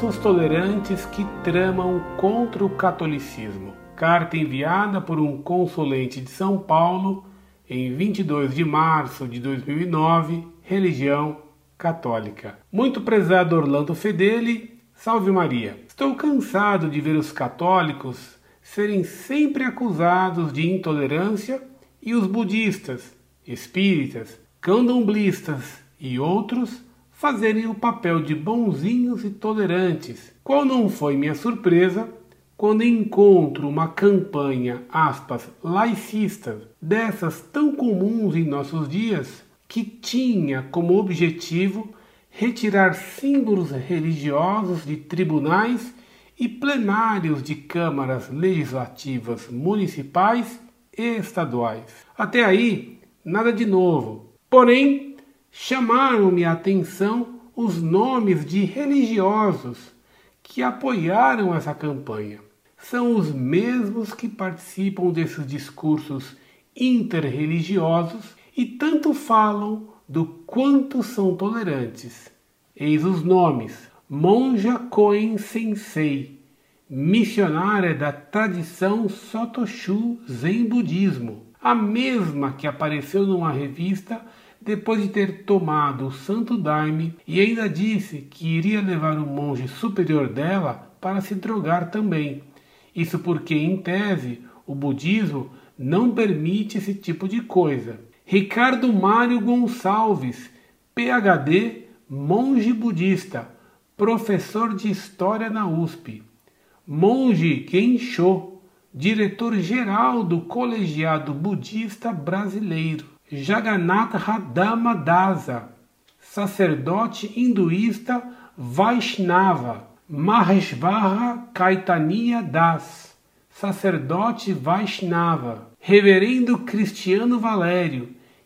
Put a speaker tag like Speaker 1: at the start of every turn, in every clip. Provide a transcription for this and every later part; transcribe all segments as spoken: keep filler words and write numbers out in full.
Speaker 1: Novos tolerantes que tramam contra o catolicismo. Carta enviada por um consulente de São Paulo em vinte e dois de março de dois mil e nove, religião católica. Muito prezado Orlando Fedeli, salve Maria. Estou cansado de ver os católicos serem sempre acusados de intolerância e os budistas, espíritas, candomblistas e outros fazerem o papel de bonzinhos e tolerantes. Qual não foi minha surpresa quando encontro uma campanha, aspas, laicista, dessas tão comuns em nossos dias, que tinha como objetivo retirar símbolos religiosos de tribunais e plenários de câmaras legislativas municipais e estaduais. Até aí, nada de novo. Porém, chamaram-me a atenção os nomes de religiosos que apoiaram essa campanha. São os mesmos que participam desses discursos interreligiosos e tanto falam do quanto são tolerantes. Eis os nomes: Monja Koen Sensei, missionária da tradição Sotoshu Zen Budismo, a mesma que apareceu numa revista depois de ter tomado o santo daime e ainda disse que iria levar o monge superior dela para se drogar também. Isso porque, em tese, o budismo não permite esse tipo de coisa. Ricardo Mário Gonçalves, P H D, monge budista, professor de História na U S P. Monge Gensho, diretor-geral do Colegiado Budista Brasileiro. Jagannath Radama Dasa, sacerdote hinduísta Vaishnava. Maheshvara Caitanya Das, sacerdote Vaishnava. Reverendo Cristiano Valério,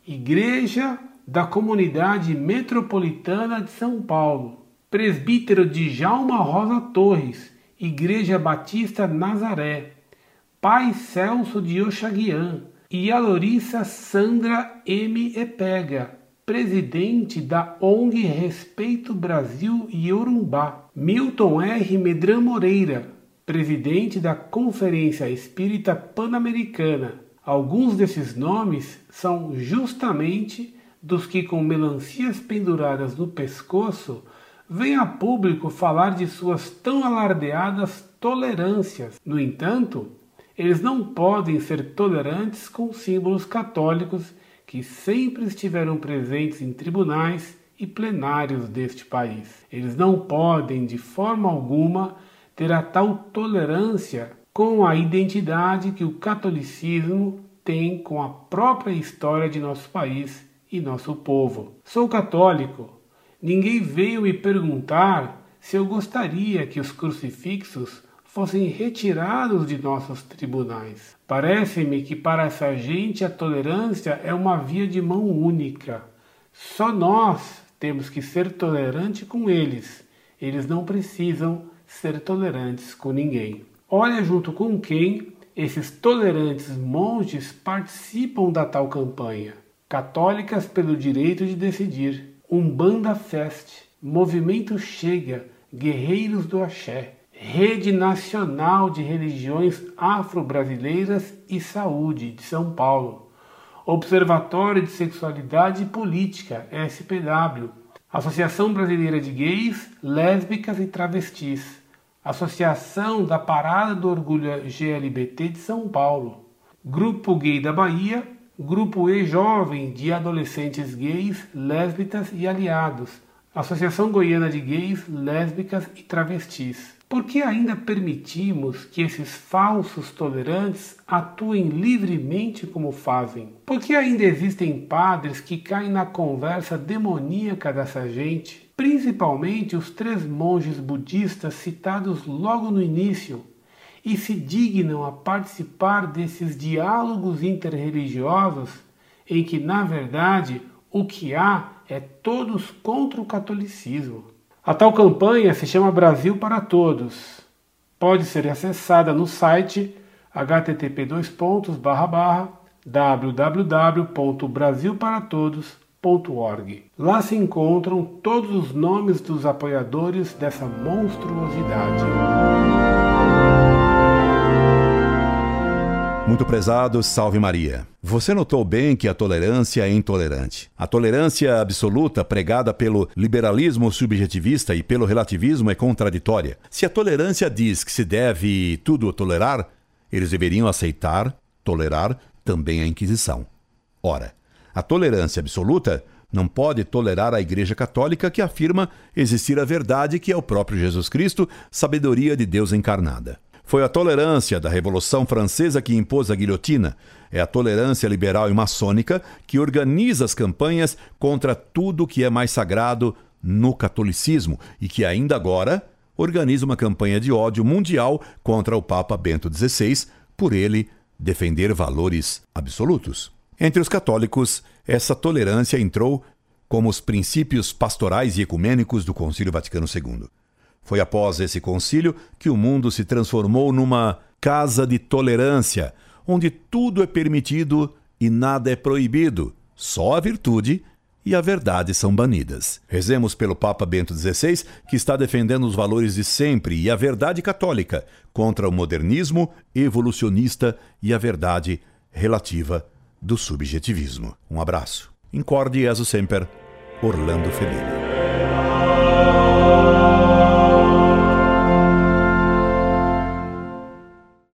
Speaker 1: Igreja da Comunidade Metropolitana de São Paulo. Presbítero Djalma Rosa Torres, Igreja Batista Nazaré. Pai Celso de Oxaguian e Alorissa Sandra M. Epega, presidente da O N G Respeito Brasil e Orumbá. Milton R. Medran Moreira, presidente da Conferência Espírita Pan-Americana. Alguns desses nomes são justamente dos que, com melancias penduradas no pescoço, vêm a público falar de suas tão alardeadas tolerâncias. No entanto, eles não podem ser tolerantes com símbolos católicos que sempre estiveram presentes em tribunais e plenários deste país. Eles não podem, de forma alguma, ter a tal tolerância com a identidade que o catolicismo tem com a própria história de nosso país e nosso povo. Sou católico. Ninguém veio me perguntar se eu gostaria que os crucifixos fossem retirados de nossos tribunais. Parece-me que para essa gente a tolerância é uma via de mão única. Só nós temos que ser tolerantes com eles. Eles não precisam ser tolerantes com ninguém. Olha junto com quem esses tolerantes monges participam da tal campanha. Católicas pelo Direito de Decidir, Umbanda Fest, Movimento Chega, Guerreiros do Axé, Rede Nacional de Religiões Afro-Brasileiras e Saúde, de São Paulo, Observatório de Sexualidade e Política, S P W, Associação Brasileira de Gays, Lésbicas e Travestis, Associação da Parada do Orgulho G L B T de São Paulo, Grupo Gay da Bahia, Grupo E-Jovem de Adolescentes Gays, Lésbicas e Aliados, Associação Goiana de Gays, Lésbicas e Travestis. Por que ainda permitimos que esses falsos tolerantes atuem livremente como fazem? Por que ainda existem padres que caem na conversa demoníaca dessa gente? Principalmente os três monges budistas citados logo no início, e se dignam a participar desses diálogos interreligiosos em que, na verdade, o que há é todos contra o catolicismo. A tal campanha se chama Brasil para Todos. Pode ser acessada no site h t t p dois pontos barra barra w w w ponto brasil para todos ponto org. Lá se encontram todos os nomes dos apoiadores dessa monstruosidade.
Speaker 2: Muito prezado, salve Maria. Você notou bem que a tolerância é intolerante. A tolerância absoluta pregada pelo liberalismo subjetivista e pelo relativismo é contraditória. Se a tolerância diz que se deve tudo tolerar, eles deveriam aceitar, tolerar também a Inquisição. Ora, a tolerância absoluta não pode tolerar a Igreja Católica, que afirma existir a verdade, que é o próprio Jesus Cristo, sabedoria de Deus encarnada. Foi a tolerância da Revolução Francesa que impôs a guilhotina. É a tolerância liberal e maçônica que organiza as campanhas contra tudo que é mais sagrado no catolicismo e que ainda agora organiza uma campanha de ódio mundial contra o Papa Bento dezesseis, por ele defender valores absolutos. Entre os católicos, essa tolerância entrou como os princípios pastorais e ecumênicos do Concílio Vaticano segundo. Foi após esse concílio que o mundo se transformou numa casa de tolerância, onde tudo é permitido e nada é proibido, só a virtude e a verdade são banidas. Rezemos pelo Papa Bento dezesseis, que está defendendo os valores de sempre e a verdade católica contra o modernismo evolucionista e a verdade relativa do subjetivismo. Um abraço. Incorde Jesus Semper, Orlando Fedeli.